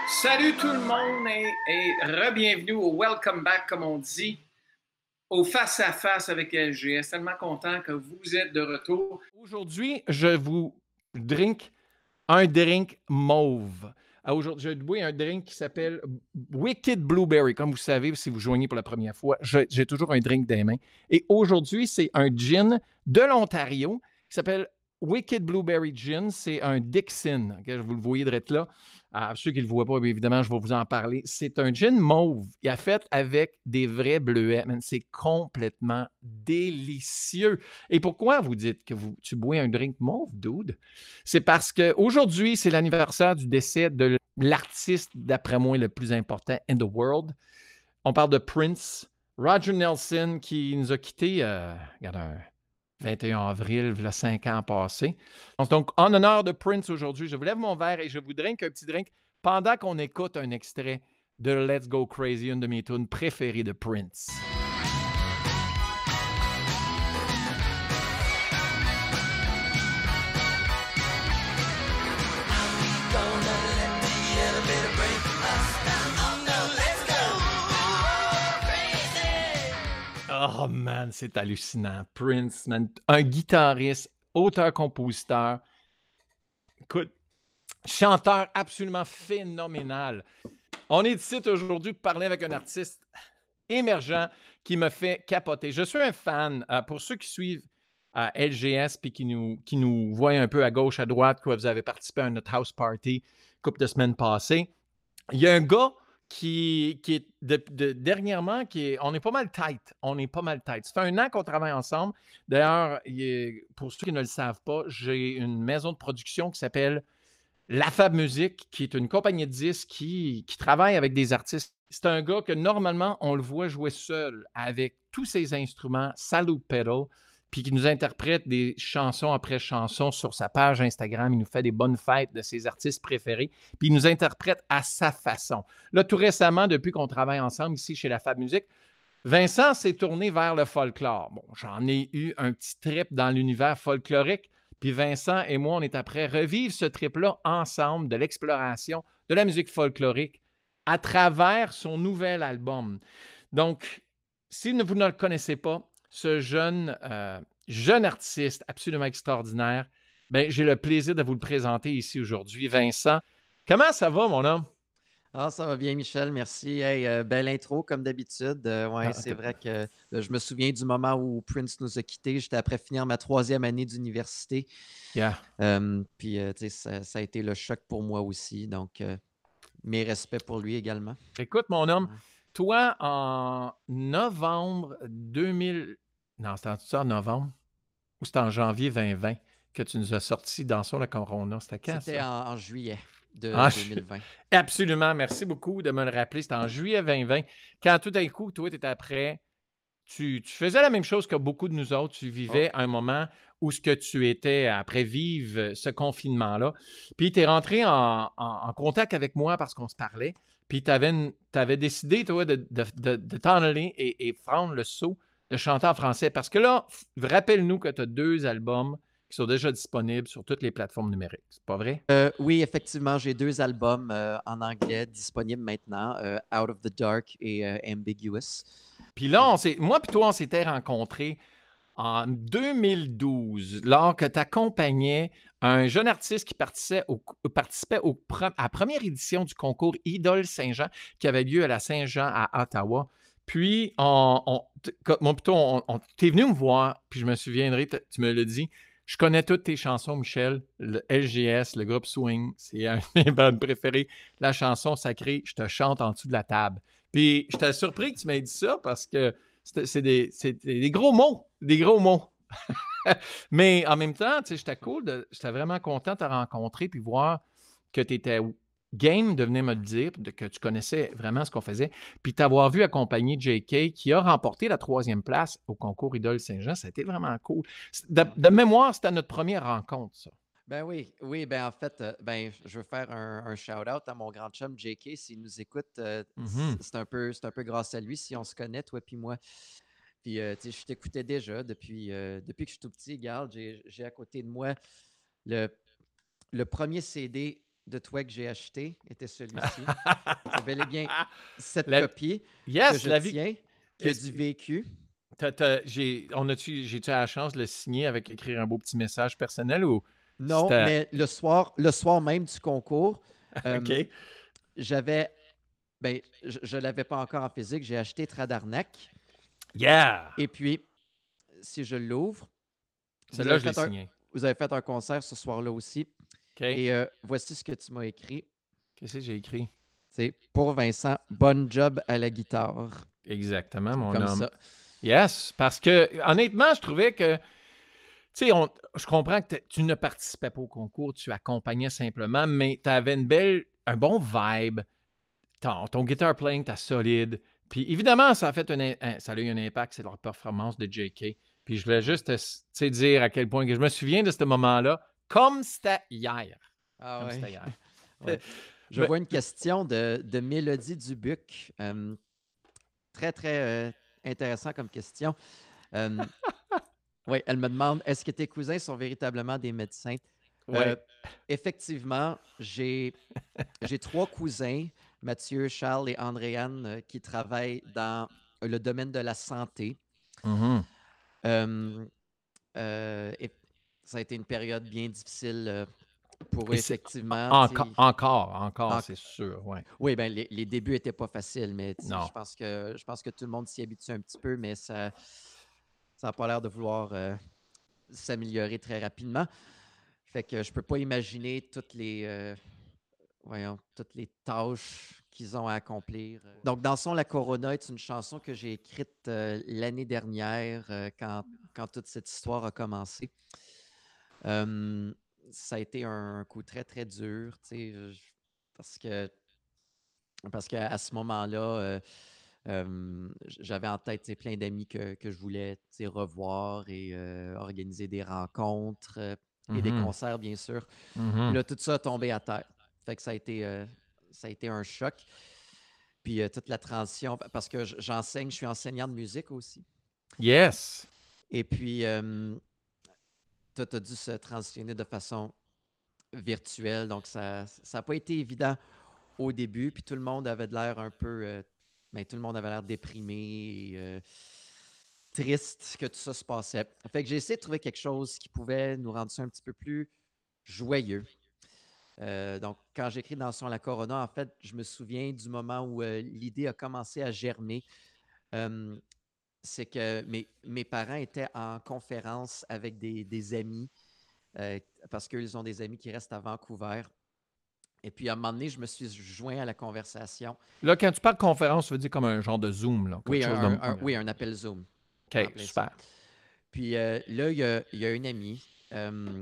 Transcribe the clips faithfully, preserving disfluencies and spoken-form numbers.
Salut tout le monde et, et re-bienvenue au Welcome Back, comme on dit, au face-à-face avec L G S. Tellement content que vous êtes de retour. Aujourd'hui, je vous drink un drink mauve. Ah, Aujourd'hui, je vais boire un drink qui s'appelle Wicked Blueberry. Comme vous savez, si vous joignez pour la première fois, je- j'ai toujours un drink dans les mains. Et aujourd'hui, c'est un gin de l'Ontario qui s'appelle Wicked Blueberry Gin. C'est un Dixon. Ok, vous le voyez direct là. Ah, ceux qui ne le voient pas, bien évidemment, je vais vous en parler. C'est un gin mauve. Il a fait avec des vrais bleuets. Man, c'est complètement délicieux. Et pourquoi vous dites que vous, tu bois un drink mauve, dude? C'est parce qu'aujourd'hui, c'est l'anniversaire du décès de l'artiste, d'après moi, le plus important in the world. On parle de Prince, Roger Nelson, qui nous a quittés, euh, regarde, un vingt et un avril, il y a cinq ans passés. Donc, en honneur de Prince aujourd'hui, je vous lève mon verre et je vous drink un petit drink pendant qu'on écoute un extrait de Let's Go Crazy, une de mes tunes préférées de Prince. Oh man, c'est hallucinant. Prince, man, un guitariste, auteur-compositeur, écoute, chanteur absolument phénoménal. On est ici aujourd'hui pour parler avec un artiste émergent qui me fait capoter. Je suis un fan. Euh, pour ceux qui suivent euh, L G S puis qui nous, qui nous voient un peu à gauche, à droite, quoi, vous avez participé à notre house party couple de semaines passées. Il y a un gars qui, qui est de, de- dernièrement, qui est, on est pas mal tight. On est pas mal tight. Ça fait un an qu'on travaille ensemble. D'ailleurs, il est- pour ceux qui ne le savent pas, j'ai une maison de production qui s'appelle La Fab Musique, qui est une compagnie de disques qui, qui travaille avec des artistes. C'est un gars que normalement, on le voit jouer seul avec tous ses instruments, sa loop pedal, puis qui nous interprète des chansons après chansons sur sa page Instagram. Il nous fait des bonnes fêtes de ses artistes préférés, puis il nous interprète à sa façon. Là, tout récemment, depuis qu'on travaille ensemble ici chez La Fab Musique, Vincent s'est tourné vers le folklore. Bon, j'en ai eu un petit trip dans l'univers folklorique, puis Vincent et moi, on est après revivre ce trip-là ensemble de l'exploration de la musique folklorique à travers son nouvel album. Donc, si vous ne le connaissez pas, ce jeune, euh, jeune artiste absolument extraordinaire, ben, j'ai le plaisir de vous le présenter ici aujourd'hui. Vincent, comment ça va, mon homme? Ah, ça va bien, Michel, merci. Hey, euh, belle intro, comme d'habitude. Euh, ouais, Ah, c'est vrai que euh, je me souviens du moment où Prince nous a quittés. J'étais après finir ma troisième année d'université. yeah. Euh, puis, euh, tu sais, ça, ça a été le choc pour moi aussi. Donc, euh, mes respects pour lui également. Écoute, mon homme, Ouais. toi, en novembre deux mille... Non, c'était ça en novembre ou c'était en janvier vingt vingt que tu nous as sorti dans sur le Corona? C'était quand, C'était ça? en, en juillet de Ah, je- deux mille vingt. Absolument. Merci beaucoup de me le rappeler. C'était en juillet vingt vingt. Quand tout d'un coup, toi, tu étais après, tu, tu faisais la même chose que beaucoup de nous autres. Tu Oh, vivais un moment où ce que tu étais après vivre ce confinement-là. Puis tu es rentré en, en- en contact avec moi parce qu'on se parlait. Puis tu avais, décidé, toi, de, de, de- de t'en aller et, et prendre le saut de chanter en français. Parce que là, f- rappelle-nous que tu as deux albums qui sont déjà disponibles sur toutes les plateformes numériques. C'est pas vrai? Euh, oui, effectivement, j'ai deux albums euh, en anglais disponibles maintenant, euh, Out of the Dark et euh, Ambiguous. Puis là, on s'est, moi puis toi, on s'était rencontrés en deux mille douze, lors que tu accompagnais un jeune artiste qui participait, au, participait au, à la première édition du concours Idole Saint-Jean qui avait lieu à la Saint-Jean à Ottawa. Puis, on, on, mon, plutôt, on, on, t'es venu me voir, puis je me souviendrai, tu me l'as dit, je connais toutes tes chansons, Michel, le L G S, le groupe Swing, c'est un de mes bandes préférées, la chanson sacrée, je te chante en dessous de la table. Puis, j'étais surpris que tu m'aies dit ça parce que c'est, c'est des, c'est des gros mots, des gros mots. Mais en même temps, tu sais, j'étais cool, de, j'étais vraiment content de te rencontrer puis voir que tu étais game de venir me le dire, de, que tu connaissais vraiment ce qu'on faisait, puis t'avoir vu accompagner J K qui a remporté la troisième place au concours Idole Saint-Jean, ça a été vraiment cool. De, de mémoire, c'était notre première rencontre, ça. Ben oui, oui, ben en fait, euh, ben je veux faire un, un shout-out à mon grand chum J K s'il nous écoute. Euh, c- Mhm. c'est un peu, c'est un peu grâce à lui si on se connaît, toi puis moi. Puis euh, tu sais, je t'écoutais déjà depuis, euh, depuis que je suis tout petit. Regarde, j'ai, j'ai à côté de moi le, le premier C D de toi que j'ai acheté était celui-ci. C'est bel et bien cette La- copie que Yes, je la vie. tiens, qui a Est-ce- du vécu. t'as- t'as- j'ai, on a-tu, j'ai-tu la chance de le signer avec écrire un beau petit message personnel ou Non, c'était. mais le soir, le soir même du concours, euh, OK. j'avais, ben, je ne l'avais pas encore en physique, j'ai acheté Tradarnac. Yeah! Et puis, si je l'ouvre, vous Celle-là, avez, je l'ai fait un, signé. vous avez fait un concert ce soir-là aussi. OK. Et euh, voici ce que tu m'as écrit. Qu'est-ce que j'ai écrit? C'est pour Vincent, bonne job à la guitare. Exactement, mon Comme homme. ça. Yes, parce que honnêtement, je trouvais que, tu sais, on- je comprends que t'es- tu ne participais pas au concours, tu accompagnais simplement, mais tu avais une belle, un bon vibe. Ton, ton guitar playing, t'as solide. Puis évidemment, ça a fait un, un- ça a eu un impact sur leur performance de J K. Puis je voulais juste, te- tu sais, dire à quel point que je me souviens de ce moment-là, comme c'était hier. Ah Comme ouais. c'était hier. Ouais. Je Mais- vois une question de, de Mélodie Dubuc. Euh, très, très euh, intéressant comme question. Euh, oui, elle me demande, est-ce que tes cousins sont véritablement des médecins? Ouais. Euh, effectivement, j'ai j'ai trois cousins, Mathieu, Charles et Andréane, euh, qui travaillent dans le domaine de la santé. Mhm. Euh, euh, et ça a été une période bien difficile euh, pour eux, Et c'est- effectivement. Enco- tu sais. encore, encore, En- c'est sûr, ouais. Oui, ben, les, les débuts n'étaient pas faciles, mais tu sais, Non. je pense que je pense que tout le monde s'y habitue un petit peu, mais ça ça n'a pas l'air de vouloir euh, s'améliorer très rapidement. Fait que je peux pas imaginer toutes les euh, voyons, toutes les tâches qu'ils ont à accomplir. Donc, Dansons la Corona est une chanson que j'ai écrite euh, l'année dernière euh, quand, quand toute cette histoire a commencé. Euh, ça a été un coup très, très dur, tu sais, je- parce que parce qu'à ce moment-là, euh, euh, j'avais en tête tu sais, plein d'amis que, que je voulais tu sais, revoir et euh, organiser des rencontres euh, et des Mhm. concerts, bien sûr. Mhm. Puis là, tout ça a tombé à terre. Fait que ça a été, euh, ça a été un choc. Puis euh, toute la transition, pa- parce que j- j'enseigne, je suis enseignant de musique aussi. Yes. Et puis, euh, tout a dû se transitionner de façon virtuelle. Donc, ça n'a pas été évident au début. Puis tout le monde avait de l'air un peu. euh, ben, tout le monde avait l'air déprimé et euh, triste que tout ça se passait. Fait que j'ai essayé de trouver quelque chose qui pouvait nous rendre ça un petit peu plus joyeux. Euh, donc, quand j'écris Dansons la Corona, en fait, je me souviens du moment où euh, l'idée a commencé à germer. Euh, c'est que mes, mes parents étaient en conférence avec des, des amis, euh, parce qu'ils ont des amis qui restent à Vancouver. Et puis, à un moment donné, je me suis joint à la conversation. Là, quand tu parles conférence, ça veut dire comme un genre de Zoom, là. Quelque Oui, chose un, de... un- oui, un appel Zoom. En OK, plein ça. super. Puis euh, là, il y a, il y a une amie. euh,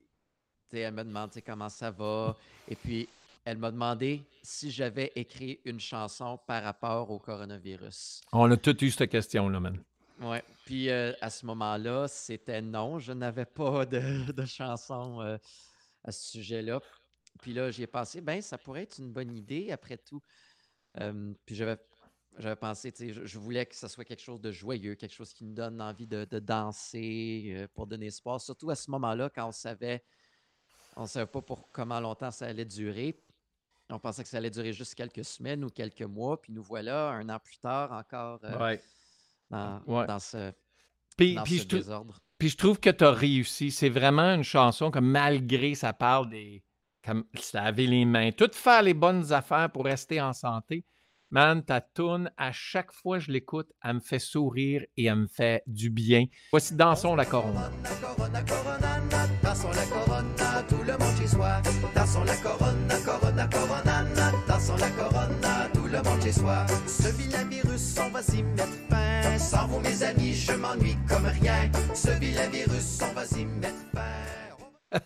tu sais, elle me demande tu sais, comment ça va. Et puis, elle m'a demandé si j'avais écrit une chanson par rapport au coronavirus. On a tous eu cette question-là, man. Ouais. Puis euh, à ce moment-là, c'était non, je n'avais pas de, de chanson euh, à ce sujet-là. Puis là, j'y ai pensé, ben ça pourrait être une bonne idée après tout. Euh, puis j'avais, j'avais pensé, tu sais, je, je voulais que ce soit quelque chose de joyeux, quelque chose qui nous donne envie de, de danser euh, pour donner espoir. Surtout à ce moment-là, quand on savait, on ne savait pas pour comment longtemps ça allait durer. On pensait que ça allait durer juste quelques semaines ou quelques mois. Puis nous voilà, un an plus tard, encore euh, Ouais. dans, Ouais. dans ce, Puis, dans puis ce je, trou- désordre. puis je trouve que tu as réussi. C'est vraiment une chanson que malgré ça parle des. Comme se laver les mains, tout faire les bonnes affaires pour rester en santé. Man, ta toune, à chaque fois que je l'écoute, elle me fait sourire et elle me fait du bien. Voici Dansons la Corona. Corona, corona, na, dansons la corona, tout le monde chez soi. Dansons la corona, corona, corona, na, dansons la corona, tout le monde chez soi. Ce vilain virus, on va s'y mettre fin. Sans vous, mes amis, je m'ennuie comme rien. Ce vilain virus, on va s'y mettre fin.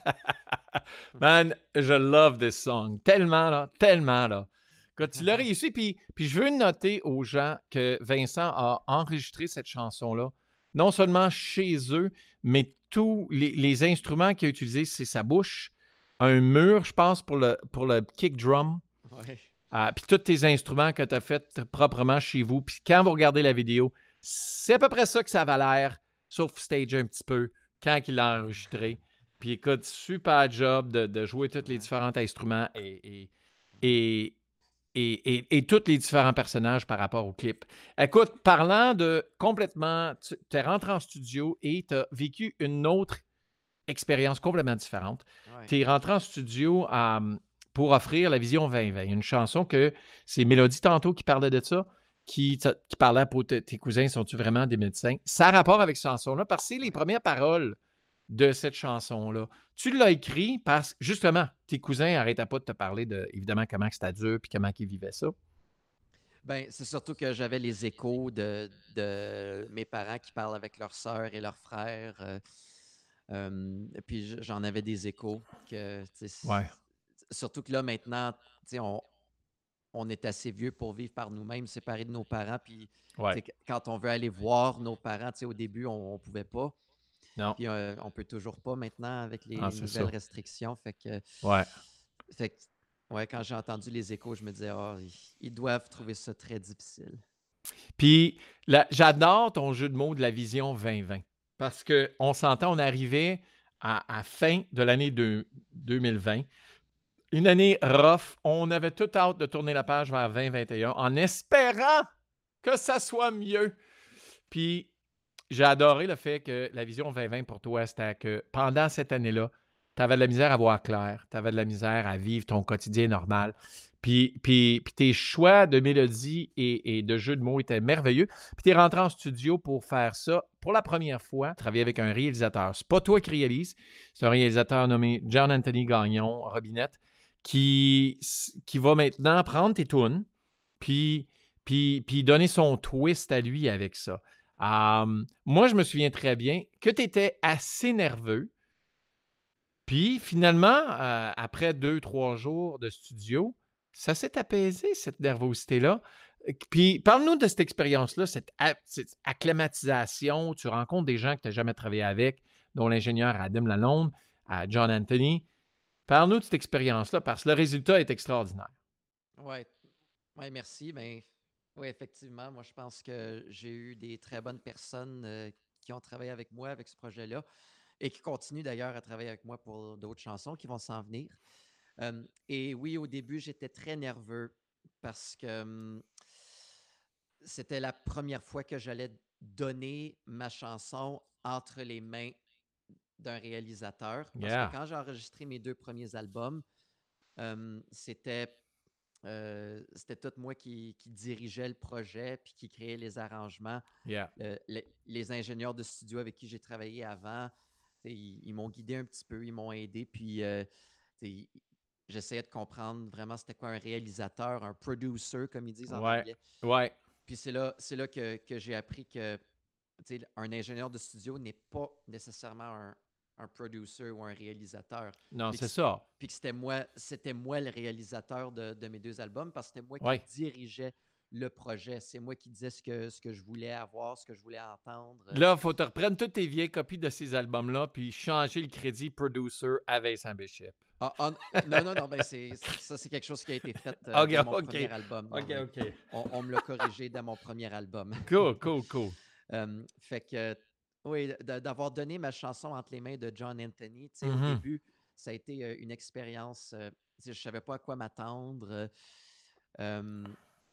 Man, je love this song. Tellement, là, tellement, là. Quand tu l'as réussi, puis, puis je veux noter aux gens que Vincent a enregistré cette chanson-là, non seulement chez eux, mais tous les, les instruments qu'il a utilisés, c'est sa bouche, un mur, je pense, pour le, pour le kick drum, Ouais. euh, puis tous tes instruments que tu as fait proprement chez vous. Puis quand vous regardez la vidéo, c'est à peu près ça que ça va l'air, sauf stage un petit peu, quand il l'a enregistré. puis écoute, super job de, de jouer tous les Ouais. différents instruments et, et, et, et, et- et tous les différents personnages par rapport au clip. Écoute, parlant de complètement, tu es rentré en studio et tu as vécu une autre expérience complètement différente. Ouais. Tu es rentré en studio euh, pour offrir la Vision vingt vingt, une chanson que c'est Mélodie tantôt qui parlait de ça, qui, t- qui parlait pour te- tes cousins, sont-tu vraiment des médecins? Ça a rapport avec cette chanson-là parce que c'est les Ouais. premières paroles de cette chanson-là. Tu l'as écrit parce que, justement, tes cousins n'arrêtaient pas de te parler de, évidemment, comment que c'était dur puis comment ils vivaient ça. Ben, c'est surtout que j'avais les échos de, de mes parents qui parlent avec leurs sœurs et leurs frères. euh, euh, puis j- j'en avais des échos. Que, tu sais, Ouais, s- surtout que là, maintenant, tu sais, on, on est assez vieux pour vivre par nous-mêmes, séparés de nos parents. Puis tu ouais, sais, qu- quand on veut aller voir nos parents, tu sais, au début, on ne pouvait pas. non, Puis euh, on peut toujours pas maintenant avec ah, les c'est nouvelles ça. restrictions. Fait que, Ouais. fait que, ouais, quand j'ai entendu les échos, je me disais, ah, ils, ils doivent trouver ça très difficile. Puis la- j'adore ton jeu de mots de la vision vingt vingt parce qu'on s'entend, on arrivait à, à fin de l'année deux- 2020, une année rough. On avait tout hâte de tourner la page vers vingt vingt et un en espérant que ça soit mieux. Puis j'ai adoré le fait que la vision vingt vingt pour toi, c'était que pendant cette année-là, tu avais de la misère à voir clair, tu avais de la misère à vivre ton quotidien normal. Puis, puis, puis tes choix de mélodie et, et de jeu de mots étaient merveilleux. Puis tu es rentré en studio pour faire ça pour la première fois, travailler avec un réalisateur. C'est pas toi qui réalise, c'est un réalisateur nommé John Anthony Gagnon, Robinette, qui, qui va maintenant prendre tes tunes, puis, puis, puis donner son twist à lui avec ça. Um, moi, je me souviens très bien que tu étais assez nerveux. Puis finalement, euh, après deux, trois jours de studio, ça s'est apaisé, cette nervosité-là. Euh, Puis parle-nous de cette expérience-là, cette, a- cette acclimatisation. Tu rencontres des gens que tu n'as jamais travaillé avec, dont l'ingénieur Adam Lalonde, à John Anthony. Parle-nous de cette expérience-là, parce que le résultat est extraordinaire. Ouais, ouais, merci. Ben, oui, effectivement, moi, je pense que j'ai eu des très bonnes personnes euh, qui ont travaillé avec moi avec ce projet-là et qui continuent d'ailleurs à travailler avec moi pour d'autres chansons qui vont s'en venir. Euh, et oui, au début, j'étais très nerveux parce que hum, c'était la première fois que j'allais donner ma chanson entre les mains d'un réalisateur. Parce que Yeah, quand j'ai enregistré mes deux premiers albums, euh, c'était Euh, c'était tout moi qui, qui dirigeais le projet puis qui créait les arrangements. yeah. Euh, les, les ingénieurs de studio avec qui j'ai travaillé avant, ils, ils m'ont guidé un petit peu, ils m'ont aidé. Puis euh, ils- j'essayais de comprendre vraiment c'était quoi un réalisateur, un producer, comme ils disent en Ouais, anglais. ouais. Puis c'est là, c'est là que, que j'ai appris que tu sais, un ingénieur de studio n'est pas nécessairement un, un producer ou un réalisateur. Non, Puis que, c'est ça. puis que c'était moi, c'était moi le réalisateur de, de mes deux albums parce que c'était moi qui Ouais. dirigeais le projet. C'est moi qui disais ce que, ce que je voulais avoir, ce que je voulais entendre. Là, il faut te reprendre toutes tes vieilles copies de ces albums-là, puis changer le crédit producer à Vincent Bishop. Ah, ah, non, non, non, ben c'est, ça, c'est quelque chose qui a été fait euh, OK, dès mon OK. premier album. Non, OK, mais OK. on, on me l'a corrigé dès mon premier album. Cool, cool, cool. Euh, fait que, oui, d- d'avoir donné ma chanson entre les mains de John Anthony, tu sais, au Mhm. début, ça a été euh, une expérience. Euh, tu sais, je savais pas à quoi m'attendre. euh, euh,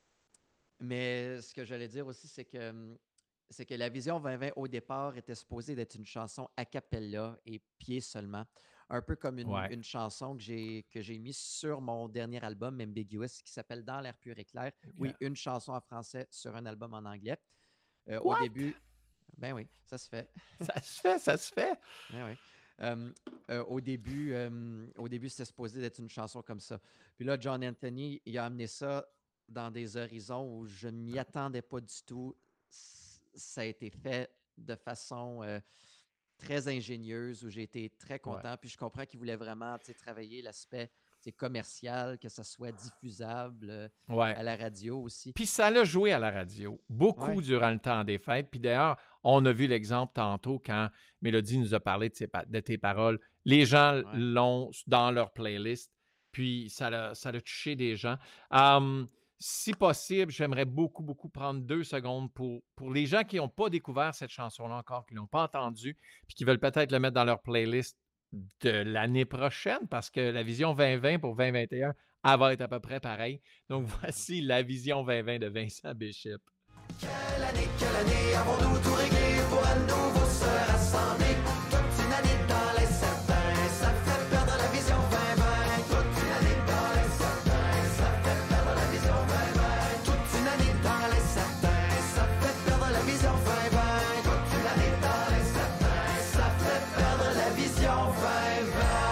mais ce que j'allais dire aussi, c'est que, hum, c'est que la Vision vingt vingt, au départ, était supposée d'être une chanson a cappella et pied seulement. Un peu comme une, Ouais. une chanson que j'ai, que j'ai mise sur mon dernier album, Ambiguous, qui s'appelle Dans l'air pur et clair. Oui, Yeah. une chanson en français sur un album en anglais. Euh, au What? début, ben oui, ça se fait. Ça se fait, ça se fait. Ben oui. Euh, euh, au début, euh, au début, c'était supposé d'être une chanson comme ça. Puis là, John Anthony, il a amené ça dans des horizons où je ne m'y attendais pas du tout. C- Ça a été fait de façon euh, très ingénieuse, où j'ai été très Ouais. content. Puis je comprends qu'il voulait vraiment tu sais, travailler l'aspect tu sais, commercial, que ça soit diffusable euh, Ouais. à la radio aussi. Puis ça l'a joué à la radio, beaucoup Ouais, durant le temps des fêtes. Puis d'ailleurs, on a vu l'exemple tantôt quand Mélodie nous a parlé de, ses pa- de tes paroles. Les gens ouais. l'ont dans leur playlist, puis ça l'a ça l'a touché des gens. Hum, si possible, j'aimerais beaucoup, beaucoup prendre deux secondes pour, pour les gens qui n'ont pas découvert cette chanson-là encore, qui ne l'ont pas entendue, puis qui veulent peut-être le mettre dans leur playlist. de l'année prochaine parce que la vision vingt vingt pour vingt vingt et un, elle va être à peu près pareille. Donc, voici la vision vingt vingt de Vincent Bishop. Quelle année, quelle année avons-nous tout réglé pour à nouveau se rassembler? Toute une année dans les sapins, ça fait perdre la vision vingt vingt. Toute une année dans les sapins, ça fait perdre la vision vingt vingt. Toute une année dans les sapins, ça fait perdre la vision vingt vingt. Toute une année dans les sapins, ça fait perdre la vision vingt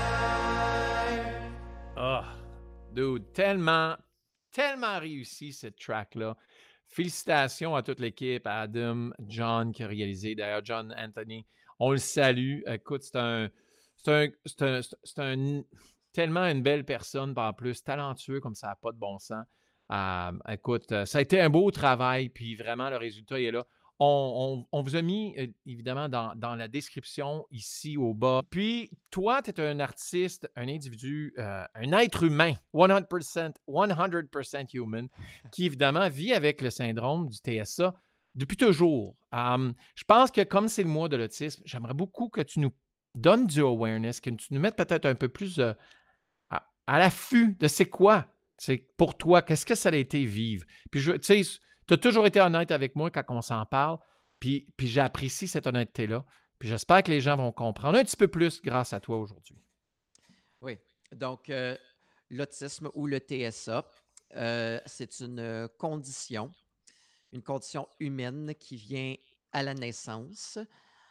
vingt. Oh, dude, tellement, tellement réussi cette track-là. Félicitations à toute l'équipe, à Adam, John qui a réalisé. D'ailleurs, John Anthony, on le salue. Écoute, c'est un, c'est un, c'est un, c'est un- tellement une belle personne, en plus, talentueux comme ça n'a pas de bon sens. Euh, écoute, euh, ça a été un beau travail, puis vraiment, le résultat est là. On, on- on vous a mis, euh, évidemment, dans, dans la description ici au bas. Puis, toi, tu es un artiste, un individu, euh, un être humain, cent pour cent, cent pour cent human, qui, évidemment, vit avec le syndrome du T S A depuis toujours. Um, je pense que comme c'est le mois de l'autisme, j'aimerais beaucoup que tu nous donnes du awareness, que tu nous mettes peut-être un peu plus euh, à, à l'affût de c'est quoi, c'est pour toi, qu'est-ce que ça a été vivre. Puis, je- tu sais, tu as toujours été honnête avec moi quand on s'en parle, puis, puis j'apprécie cette honnêteté-là. Puis j'espère que les gens vont comprendre un petit peu plus grâce à toi aujourd'hui. Oui. Donc, euh, l'autisme ou le T S A, euh, c'est une euh, condition, une condition humaine qui vient à la naissance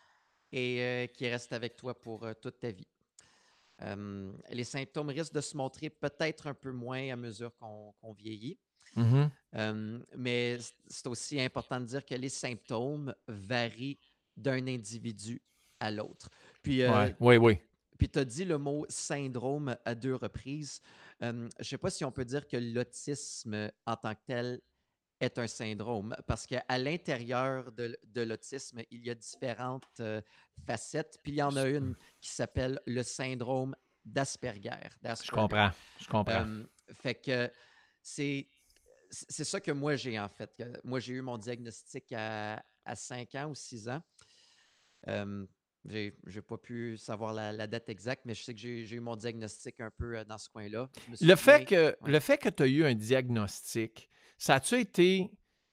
et euh, qui reste avec toi pour euh, toute ta vie. Euh, les symptômes risquent de se montrer peut-être un peu moins à mesure qu'on qu'on vieillit. Mhm. Euh, mais c- c'est aussi important de dire que les symptômes varient d'un individu à l'autre. Puis, euh, Ouais, oui, oui. puis tu as dit le mot syndrome à deux reprises. Euh, je ne sais pas si on peut dire que l'autisme en tant que tel est un syndrome, parce qu'à l'intérieur de, l- de l'autisme, il y a différentes euh, facettes. Puis il y en a une qui s'appelle le syndrome d'Asperger. Je d'Asperger. comprends, je comprends. Euh, fait que c'est c'est ça que moi j'ai en fait. Que moi, j'ai eu mon diagnostic à, à cinq ans ou six ans. Euh, j'ai j'ai pas pu savoir la, la date exacte, mais je sais que j'ai j'ai eu mon diagnostic un peu euh, dans ce coin-là. Je me Le fait souviens. que, Ouais. le fait que tu as eu un diagnostic, ça a-tu été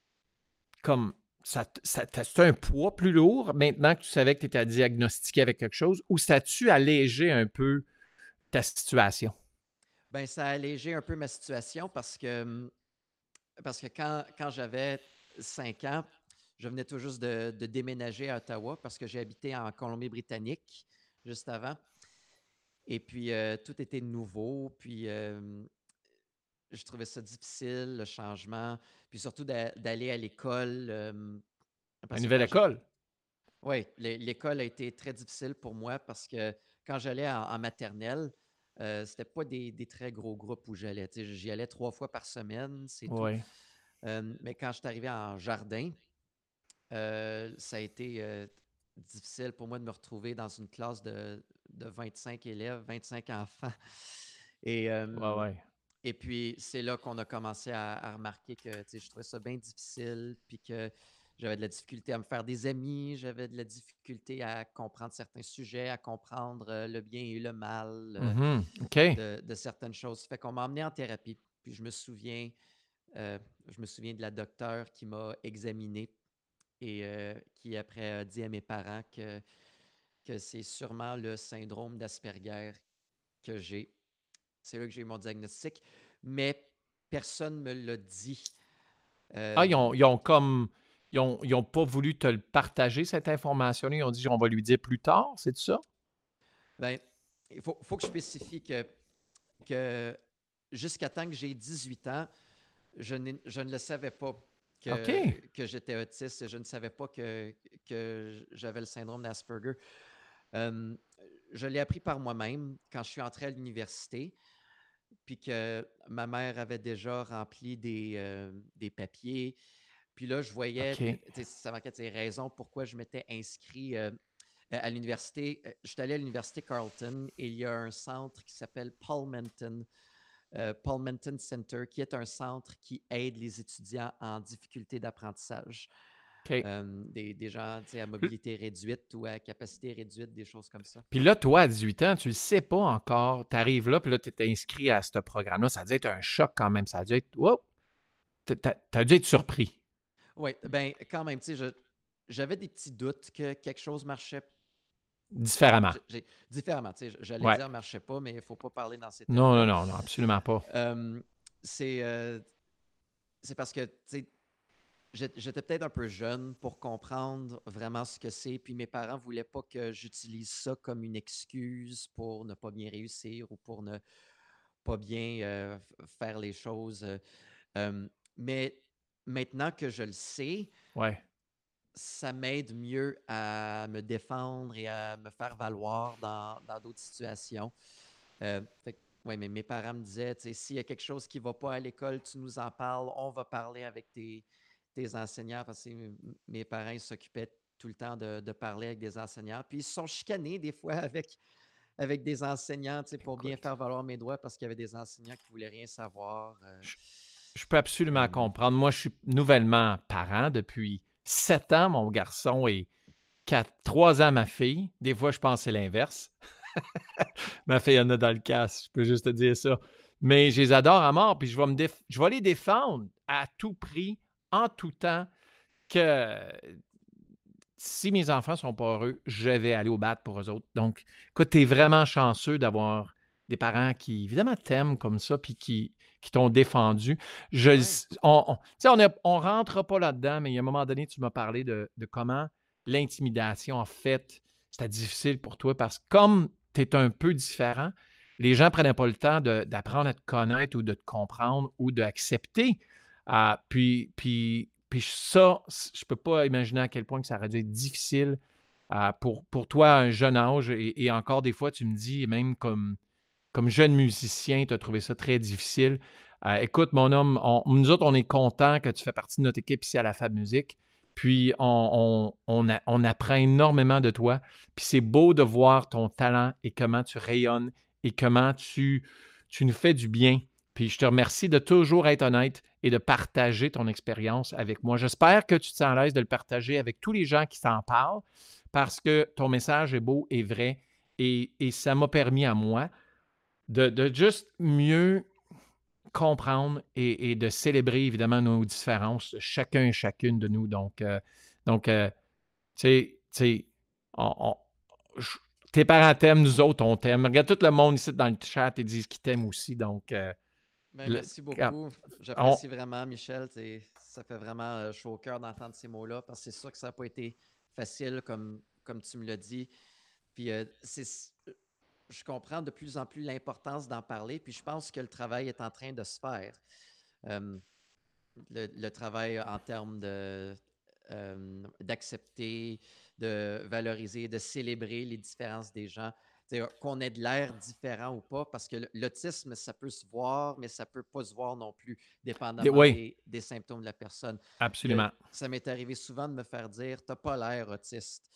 comme. Ça, t- ça, t- c'est un poids plus lourd maintenant que tu savais que tu étais diagnostiqué avec quelque chose ou ça a-tu allégé un peu ta situation? Ben, ça a allégé un peu ma situation parce que, hum, parce que quand, quand j'avais cinq ans, je venais tout juste de, de déménager à Ottawa parce que j'ai habité en Colombie-Britannique juste avant. Et puis, euh, tout était nouveau. Puis, euh, je trouvais ça difficile, le changement. Puis surtout d'a- d'aller à l'école. euh, Une parce que nouvelle quand j'ai. école? Oui, l'é- l'école a été très difficile pour moi parce que quand j'allais en, en maternelle, euh, c'était pas des, des très gros groupes où j'allais. Tu sais, j'y allais trois fois par semaine, c'est tout. Oui. Euh, mais quand je suis arrivé en jardin, euh, ça a été euh, difficile pour moi de me retrouver dans une classe de, de vingt-cinq élèves, vingt-cinq enfants. Et, Ouais, euh, ouais. et puis, c'est là qu'on a commencé à, à remarquer que tu sais, je trouvais ça bien difficile, puis que j'avais de la difficulté à me faire des amis, j'avais de la difficulté à comprendre certains sujets, à comprendre euh, le bien et le mal euh, Mhm. OK. de, de certaines choses. Fait qu'on m'a emmené en thérapie. Puis je me souviens, euh, je me souviens de la docteure qui m'a examiné et euh, qui après a dit à mes parents que, que c'est sûrement le syndrome d'Asperger que j'ai. C'est là que j'ai eu mon diagnostic, mais personne ne me l'a dit. Ah, ils Euh, ont, ils ont comme. Ils n'ont ils ont pas voulu te le partager, cette information-là. Ils ont dit on va lui dire plus tard, c'est ça? ben, il faut, faut que je spécifie que, que jusqu'à temps que j'ai dix-huit ans, je, n'ai- je ne le savais pas que, OK. que j'étais autiste et je ne savais pas que, que j'avais le syndrome d'Asperger. Euh, je l'ai appris par moi-même quand je suis entré à l'université, puis que ma mère avait déjà rempli des, euh, des papiers. Puis là, je voyais, tu OK. sais, ça marquait des raisons pourquoi je m'étais inscrit euh, à l'université. Euh, Je suis allé à l'université Carleton et il y a un centre qui s'appelle Paul Menton, euh, Paul Menton Center, qui est un centre qui aide les étudiants en difficulté d'apprentissage. OK. euh, des, des gens tu sais, à mobilité réduite ou à capacité réduite, des choses comme ça. Puis là, toi, à dix-huit ans, tu le sais pas encore. Tu arrives là, puis là, tu es inscrit à ce programme-là. Ça a dû être un choc quand même. Ça a dû être. Wow! Tu as dû être surpris. Oui, ben quand même, tu sais, je- j'avais des petits doutes que quelque chose marchait Différemment. j'ai- j'ai- différemment. Tu sais, j'allais Ouais. dire marchait pas, mais il ne faut pas parler dans ces Non, non, termes-là. non, non, absolument pas. Euh, c'est euh, c'est parce que, tu sais, j'ai- j'étais peut-être un peu jeune pour comprendre vraiment ce que c'est, puis mes parents ne voulaient pas que j'utilise ça comme une excuse pour ne pas bien réussir ou pour ne pas bien euh, f- faire les choses. euh, euh, mais maintenant que je le sais, Ouais. ça m'aide mieux à me défendre et à me faire valoir dans dans d'autres situations. Euh, fait que, ouais, mais mes parents me disaient, tu sais, s'il y a quelque chose qui ne va pas à l'école, tu nous en parles, on va parler avec tes, tes enseignants, parce que m- mes parents ils s'occupaient tout le temps de, de parler avec des enseignants. Puis ils se sont chicanés des fois avec, avec des enseignants, tu sais, pour bien Écoute, faire valoir mes droits, parce qu'il y avait des enseignants qui ne voulaient rien savoir. euh, je, je peux absolument euh, comprendre. Moi, je suis nouvellement parent depuis sept ans, mon garçon, et quatre, trois ans, ma fille. Des fois, je pense que c'est l'inverse. Ma fille en a dans le casse, je peux juste te dire ça. Mais je les adore à mort, puis je vais, me déf- je vais les défendre à tout prix, en tout temps, que si mes enfants ne sont pas heureux, je vais aller au bat pour eux autres. Donc, écoute, tu es vraiment chanceux d'avoir des parents qui, évidemment, t'aiment comme ça, puis qui, qui t'ont défendu. Je, le ouais, s- on on- tu sais, on ne on rentre pas là-dedans, mais il y a un moment donné, tu m'as parlé de, de comment l'intimidation, en fait, c'était difficile pour toi parce que comme tu es un peu différent, les gens ne prenaient pas le temps de- d'apprendre à te connaître ou de te comprendre ou d'accepter. Ah, puis, puis, puis ça, c- je ne peux pas imaginer à quel point que ça aurait dû être difficile ah, pour, pour toi à un jeune âge. Et, et encore des fois, tu me dis, même comme, comme jeune musicien, tu as trouvé ça très difficile. Euh, écoute, mon homme, on- nous autres, on est contents que tu fais partie de notre équipe ici à la Fab Musique. Puis on, on, on a- on apprend énormément de toi. Puis c'est beau de voir ton talent et comment tu rayonnes et comment tu, tu nous fais du bien. Puis je te remercie de toujours être honnête et de partager ton expérience avec moi. J'espère que tu te sens à l'aise de le partager avec tous les gens qui s'en parlent parce que ton message est beau et vrai et, et ça m'a permis à moi de, de juste mieux comprendre et, et de célébrer évidemment nos différences, chacun et chacune de nous. Donc, euh, donc euh, tu sais, tu sais, on- on- je- tes parents t'aiment, nous autres, on t'aime. Regarde, tout le monde ici dans le chat, ils disent qu'ils t'aiment aussi. Donc, euh, ben, le- merci quand- beaucoup. on- J'apprécie vraiment, Michel. tu sais, Ça fait vraiment euh, chaud au cœur d'entendre ces mots-là, parce que c'est sûr que ça n'a pas été facile, comme, comme tu me l'as dit. Puis euh, c'est, je comprends de plus en plus l'importance d'en parler, puis je pense que le travail est en train de se faire. Euh, le, le travail en termes de, euh, d'accepter, de valoriser, de célébrer les différences des gens. C'est-à-dire qu'on ait de l'air différent ou pas, parce que l'autisme, ça peut se voir, mais ça ne peut pas se voir non plus, des- dépendamment oui, des, des symptômes de la personne. Le- absolument. ça m'est arrivé souvent de me faire dire, tu n'as pas l'air autiste.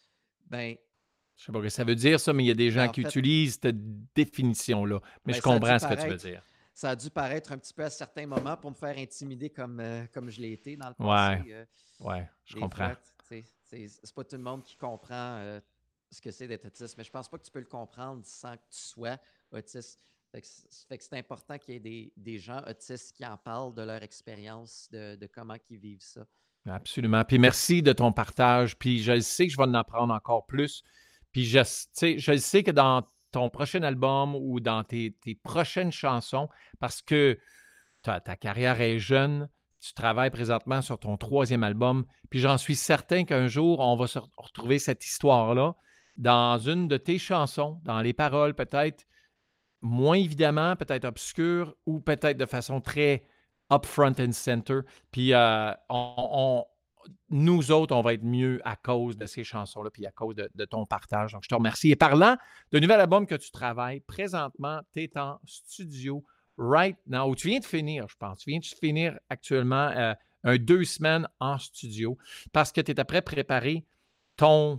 Ben, Je sais pas ce que ça veut dire, ça, mais il y a des ben gens en qui fait, utilisent cette définition-là. Mais ben, je ça a dû comprends ce que tu veux paraître, dire. ça a dû paraître un petit peu à certains moments pour me faire intimider comme, euh, comme je l'ai été dans le Ouais, passé. euh, ouais, je des comprends. fois, tu sais, c'est c'est pas tout le monde qui comprend euh, ce que c'est d'être autiste, mais je pense pas que tu peux le comprendre sans que tu sois autiste. Fait que c'est fait que c'est important qu'il y ait des, des gens autistes qui en parlent de leur expérience, de, de comment ils vivent ça. Absolument. Puis merci de ton partage. Puis je le sais que je vais en apprendre encore plus. Puis je, tu sais, je le sais que dans ton prochain album ou dans tes, tes prochaines chansons, parce que ta, ta carrière est jeune, tu travailles présentement sur ton troisième album, puis j'en suis certain qu'un jour, on va se re- retrouver cette histoire-là dans une de tes chansons, dans les paroles peut-être moins évidemment, peut-être obscure ou peut-être de façon très up front and center. Puis euh, on, on- nous autres, on va être mieux à cause de ces chansons-là, puis à cause de, de ton partage. Donc, je te remercie. Et parlant de nouvel album que tu travailles, présentement, tu es en studio right now, ou tu viens de finir, je pense. Tu viens de finir actuellement euh, un deux semaines en studio parce que tu es après préparer ton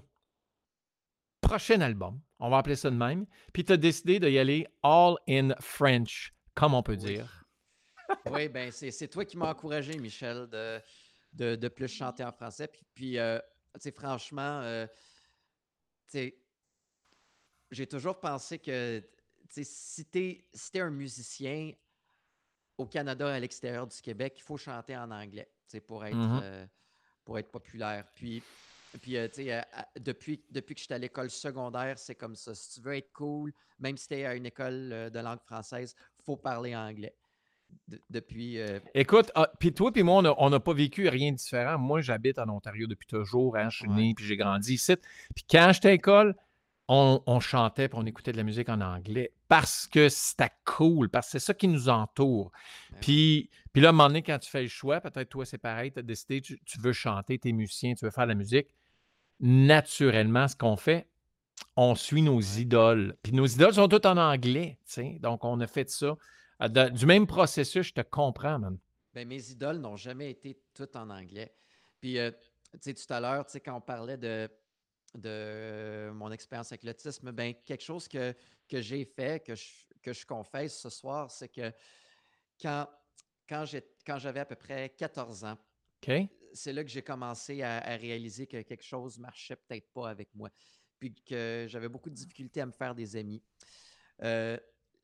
prochain album. On va appeler ça de même. Puis tu as décidé d'y aller all in French, comme on peut Oui. dire. Oui, ben c'est c'est toi qui m'as encouragé, Michel, de, de, de plus chanter en français. Puis, puis euh, tu sais, franchement, euh, tu sais, j'ai toujours pensé que, tu sais, si t'es, si t'es un musicien au Canada, à l'extérieur du Québec, il faut chanter en anglais, tu sais, pour être, Mhm. euh, pour être populaire. Puis, puis euh, tu sais, euh, à- depuis, depuis que j'étais à l'école secondaire, c'est comme ça. Si tu veux être cool, même si tu es à une école euh, de langue française, faut parler anglais. De- depuis, euh, Écoute, ah, puis toi puis moi, on n'a on n'a pas vécu rien de différent. Moi, j'habite en Ontario depuis toujours. Hein, je suis ouais, né puis j'ai grandi ici. Puis quand j'étais à l'école, on, on chantait puis on écoutait de la musique en anglais parce que c'était cool, parce que c'est ça qui nous entoure. ben oui. Puis, puis là, à un moment donné, quand tu fais le choix, peut-être toi, c'est pareil, tu as décidé, tu, tu veux chanter, tu es musicien, tu veux faire de la musique. Naturellement, ce qu'on fait, on suit nos Ouais. idoles. Puis nos idoles sont toutes en anglais, tu sais. Donc, on a fait ça. Euh, de- du même processus, je te comprends, man. Ben, mes idoles n'ont jamais été toutes en anglais. Puis, euh, tu sais, tout à l'heure, tu sais, quand on parlait de, de mon expérience avec l'autisme, ben, quelque chose que, que j'ai fait, que je, que je confesse ce soir, c'est que quand, quand, j'ai, quand j'avais à peu près quatorze ans, OK? c'est là que j'ai commencé à, à réaliser que quelque chose marchait peut-être pas avec moi. Puis que j'avais beaucoup de difficultés à me faire des amis. Euh,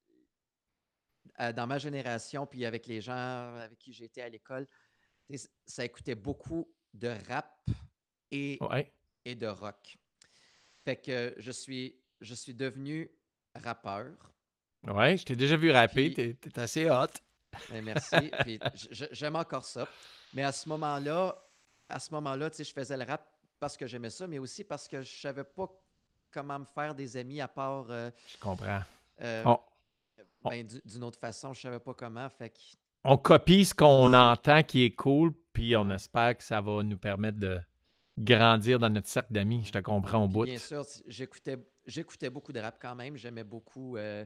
à- dans ma génération, puis avec les gens avec qui j'étais à l'école, tu sais, ça écoutait beaucoup de rap et, Ouais. et de rock. Fait que je suis, je suis devenu rappeur. Ouais, je t'ai déjà vu rapper, Puis, t'es, t'es assez hot. ben, merci. Puis j- j- j'aime encore ça. Mais à ce moment-là, à ce moment-là, tu sais, je faisais le rap parce que j'aimais ça, mais aussi parce que je savais pas comment me faire des amis à part euh, Je comprends. euh, On, on- ben, du- d'une autre façon. Je savais pas comment. Fait que on copie ce qu'on c'est. entend qui est cool, puis on Ouais. espère que ça va nous permettre de grandir dans notre cercle d'amis. Je te comprends au Puis bout. bien sûr, si- j'écoutais, j'écoutais beaucoup de rap quand même. J'aimais beaucoup euh,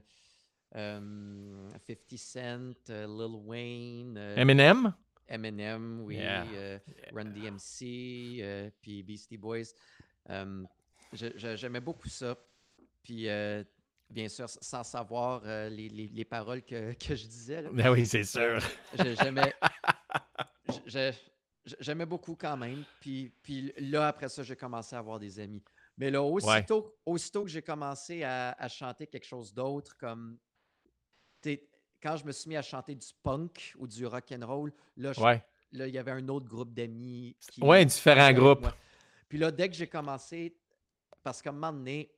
euh, fifty Cent, euh, Lil Wayne, euh, Eminem? Eminem, oui, Yeah. euh, Run D M C, euh, puis Beastie Boys. Euh, je- je- j'aimais beaucoup ça. Puis euh, bien sûr, s- sans savoir euh, les, les- les paroles que, que je disais, là. Ben oui, c'est sûr. Euh, je- j'aimais, j- je- j- j'aimais beaucoup quand même. Puis, puis là, après ça, j'ai commencé à avoir des amis. Mais là, Ouais, aussitôt, aussitôt que j'ai commencé à, à chanter quelque chose d'autre, comme t'sais, quand je me suis mis à chanter du punk ou du rock and roll, là, je- ouais. là, il y avait un autre groupe d'amis Ouais, qui, qui différents chantaient avec groupes. moi. Puis là, dès que j'ai commencé, parce qu'à un moment donné,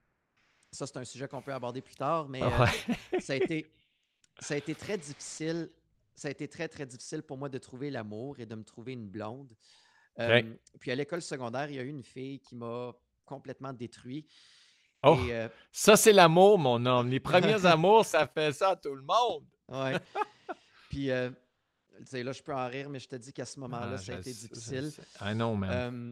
ça c'est un sujet qu'on peut aborder plus tard, mais euh, Ouais. ça a été, ça a été très difficile. Ça a été très, très difficile pour moi de trouver l'amour et de me trouver une blonde. OK. Euh, puis à l'école secondaire, il y a eu une fille qui m'a complètement détruit. Oh, Et euh, ça, c'est l'amour, mon homme. Les premiers amours, ça fait ça à tout le monde. ouais. Puis euh, tu sais, là, je peux en rire, mais je te dis qu'à ce moment-là, Ah, ça a je été sais, je difficile. sais. I know, man. Euh,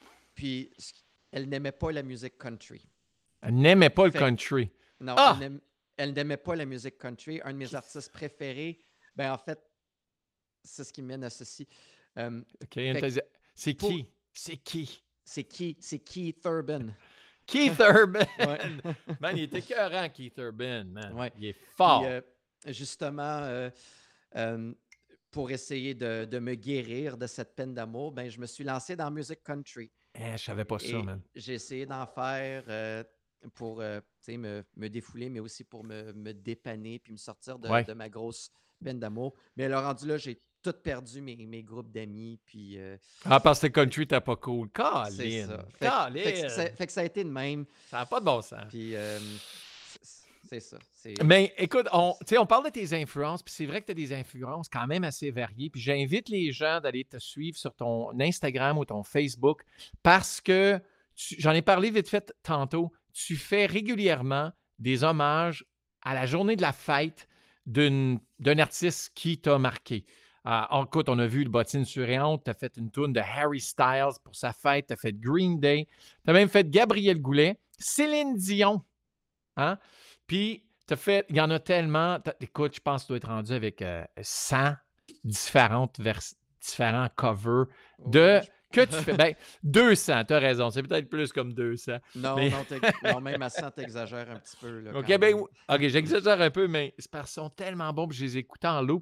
puis ce- elle n'aimait pas la musique country. Elle n'aimait pas le Fait que- country. non, elle Ah! n'aime- elle n'aimait pas la musique country. Un de mes artistes préférés, ben en fait, c'est ce qui mène à ceci. Euh, OK, une Fait que thèse- c'est pour- qui? C'est qui? c'est qui? C'est Keith Urban. Keith Urban! Ouais. Man, il était écœurant, Keith Urban, man. Ouais. Il est Puis, fort. euh, justement, euh, euh, pour essayer de, de me guérir de cette peine d'amour, ben, je me suis lancé dans la musique country. Eh, je savais pas ça, Et man. j'ai essayé d'en faire euh, pour euh, tu sais, me, me défouler, mais aussi pour me, me dépanner puis me sortir de, Ouais. de ma grosse peine d'amour. Mais là, rendu là, j'ai tout perdu mes, mes groupes d'amis. Puis euh, Ah, parce que le country, t'as pas cool. c'est Colin! ça. Fait, que- fait que Colin! ça. Fait que ça a été de même. Ça n'a pas de bon sens. Puis euh, c'est- c'est ça. C'est- Mais écoute, on, tu sais, on parle de tes influences, puis c'est vrai que tu as des influences quand même assez variées. Puis j'invite les gens d'aller te suivre sur ton Instagram ou ton Facebook parce que tu- j'en ai parlé vite fait tantôt. Tu fais régulièrement des hommages à la journée de la fête d'une- d'un artiste qui t'a marqué. Ah, écoute, on a vu le Bottine Surréante, tu as fait une tourne de Harry Styles pour sa fête, tu as fait Green Day, tu as même fait Gabriel Goulet, Céline Dion. Hein? Puis, tu as fait, il y en a tellement. t'as- Écoute, je pense que tu dois être rendu avec euh, cent différentes vers, différents covers de. Ouais, je- Que tu fais? Ben, deux cents, tu as raison. C'est peut-être plus comme deux cents. Non, Mais- non, t'ex- non, même à cent, t'exagères un petit peu. Là, OK, quand ben, même. OK, j'exagère un peu, mais c'est parce qu'ils sont tellement bons, puis je les écoute en loop.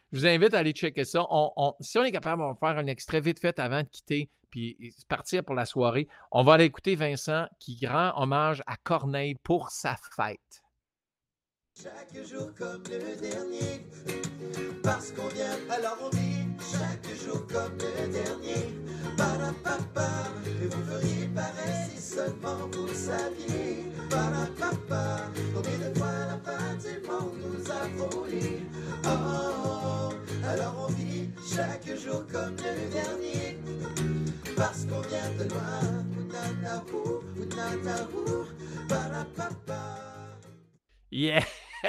Je vous invite à aller checker ça. On, on, si on est capable, on va faire un extrait vite fait avant de quitter puis partir pour la soirée. On va aller écouter Vincent qui rend hommage à Corneille pour sa fête. Chaque jour comme le dernier, parce qu'on vient, alors on vit. Chaque jour comme le dernier, parapapa, et vous feriez pareil si seulement vous le saviez. Parapapa, combien de fois la fin du monde nous a frôlés. Oh, oh, oh, alors on vit chaque jour comme le dernier, parce qu'on vient de loin. Ounanaou, ounanaou, parapapa. Yes!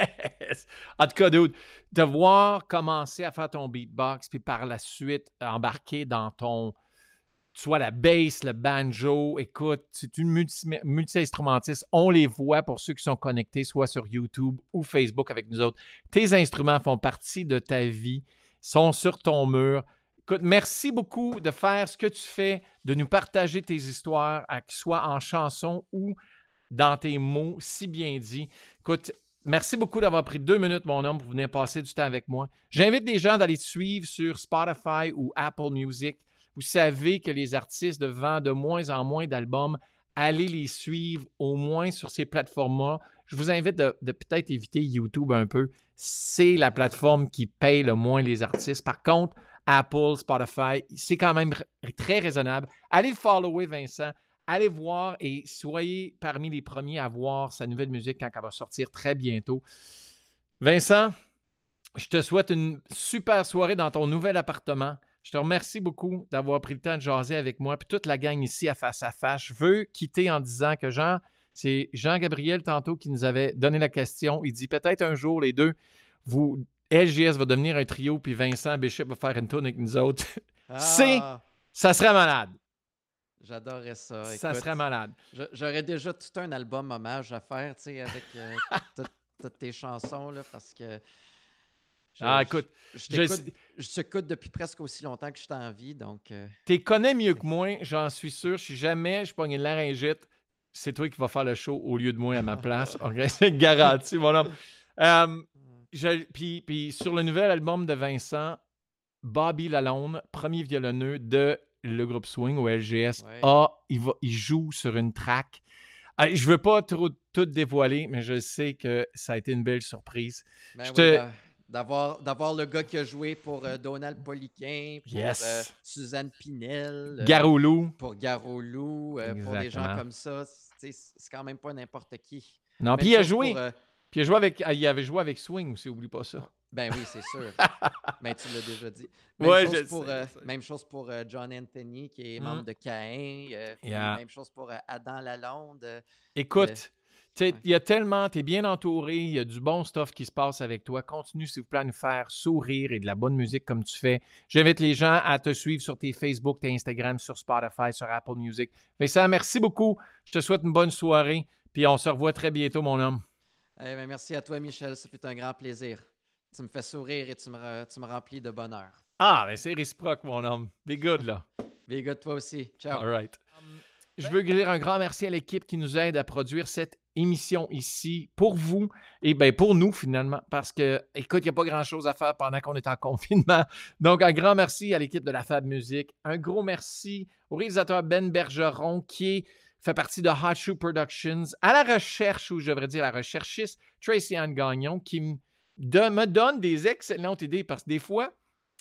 En tout cas, dude, de voir commencer à faire ton beatbox, puis par la suite embarquer dans ton, soit la bass, le banjo, écoute, c'est une multi- multi-instrumentiste. On les voit pour ceux qui sont connectés, soit sur YouTube ou Facebook avec nous autres. Tes instruments font partie de ta vie, sont sur ton mur. Écoute, merci beaucoup de faire ce que tu fais, de nous partager tes histoires, à que ce soit en chanson ou dans tes mots si bien dit. Écoute, merci beaucoup d'avoir pris deux minutes, mon homme, pour venir passer du temps avec moi. J'invite les gens d'aller te suivre sur Spotify ou Apple Music. Vous savez que les artistes vendent de moins en moins d'albums. Allez les suivre au moins sur ces plateformes-là. Je vous invite de, de peut-être éviter YouTube un peu. C'est la plateforme qui paye le moins les artistes. Par contre, Apple, Spotify, c'est quand même très raisonnable. Allez follower Vincent. Allez voir et soyez parmi les premiers à voir sa nouvelle musique quand elle va sortir très bientôt. Vincent, je te souhaite une super soirée dans ton nouvel appartement. Je te remercie beaucoup d'avoir pris le temps de jaser avec moi puis toute la gang ici à Face à Face. Je veux quitter en disant que Jean, c'est Jean-Gabriel tantôt qui nous avait donné la question. Il dit peut-être un jour les deux, vous, L G S va devenir un trio puis Vincent Bishop va faire une tourne avec nous autres. Ah, c'est, ça serait malade. J'adorerais ça. Ça Écoute, serait malade. je- j'aurais déjà tout un album hommage à faire, tu sais, avec euh, tout- toutes tes chansons, là, parce que je, Ah, je- écoute, je je t'écoute, sais- je t'écoute depuis presque aussi longtemps que je suis en vie, donc euh, t'es connais mieux que moi, j'en suis sûr. Si jamais je pogne une laryngite, c'est toi qui vas faire le show au lieu de moi à ma place. OK? C'est garanti, mon homme. Euh, je- puis, puis sur le nouvel album de Vincent, Bobby Lalonde, premier violonneux de le groupe Swing au L G S, Ouais. a, il, va, il joue sur une track. Ah, je ne veux pas trop tout dévoiler, mais je sais que ça a été une belle surprise. ben Je oui, te- d'a- d'avoir, d'avoir le gars qui a joué pour euh, Donald Poliquin, pour Yes. euh, Suzanne Pinel, euh, Garoulou. pour Garolou, euh, pour des gens Exactement. comme ça, c'est, c'est quand même pas n'importe qui. Non, Même puis il a chose joué. pour, euh, Puis il, a joué avec, il avait joué avec Swing aussi, oublie pas ça. Ben oui, c'est sûr. Ben, tu l'as déjà dit. Même Ouais, chose je pour, sais, euh, je sais. même chose pour euh, John Anthony, qui est Mm. membre de Caïn. euh, puis Yeah. Même chose pour euh, Adam Lalonde. euh, Écoute, Euh, tu sais, ouais. il y a tellement, tu es bien entouré, il y a du bon stuff qui se passe avec toi. Continue, s'il vous plaît, à nous faire sourire et de la bonne musique comme tu fais. J'invite les gens à te suivre sur tes Facebook, tes Instagram, sur Spotify, sur Apple Music. Vincent, merci beaucoup. Je te souhaite une bonne soirée. Puis on se revoit très bientôt, mon homme. eh ben, merci à toi, Michel. Ça fait un grand plaisir. Tu me fais sourire et tu me, re- tu me remplis de bonheur. Ah, ben c'est réciproque, mon homme. Be good, là. Big de toi aussi. Ciao. All right. Je veux dire un grand merci à l'équipe qui nous aide à produire cette émission ici pour vous et bien pour nous finalement parce que, écoute, il n'y a pas grand-chose à faire pendant qu'on est en confinement. Donc, un grand merci à l'équipe de la Fab Music. Un gros merci au réalisateur Ben Bergeron qui est, fait partie de Hot Shoe Productions, à la recherche, ou je devrais dire la recherchiste Tracy Anne Gagnon qui me, de- me donne des excellentes idées parce que des fois,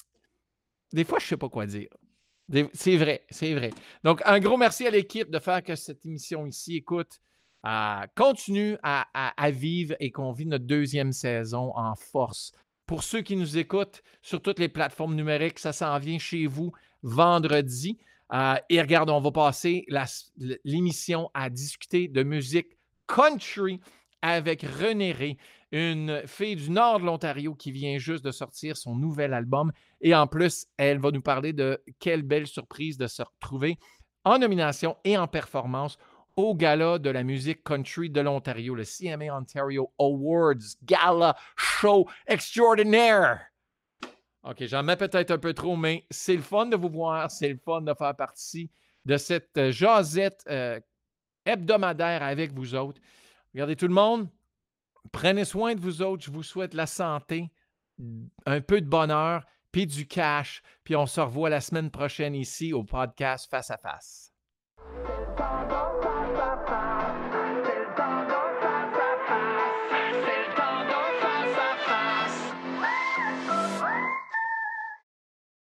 des fois, je ne sais pas quoi dire. Des- C'est vrai, c'est vrai. Donc, un gros merci à l'équipe de faire que cette émission ici, écoute, euh, continue à, à- à vivre et qu'on vit notre deuxième saison en force. Pour ceux qui nous écoutent sur toutes les plateformes numériques, ça s'en vient chez vous vendredi. Euh, et regarde, on va passer la- l'émission à discuter de musique country avec René Ré, une fille du nord de l'Ontario qui vient juste de sortir son nouvel album. Et en plus, elle va nous parler de quelle belle surprise de se retrouver en nomination et en performance au Gala de la musique country de l'Ontario, le C M A Ontario Awards Gala Show Extraordinaire. OK, j'en mets peut-être un peu trop, mais c'est le fun de vous voir, c'est le fun de faire partie de cette euh, jasette euh, hebdomadaire avec vous autres. Regardez tout le monde, prenez soin de vous autres, je vous souhaite la santé, un peu de bonheur, puis du cash. Puis on se revoit la semaine prochaine ici au podcast Face à Face.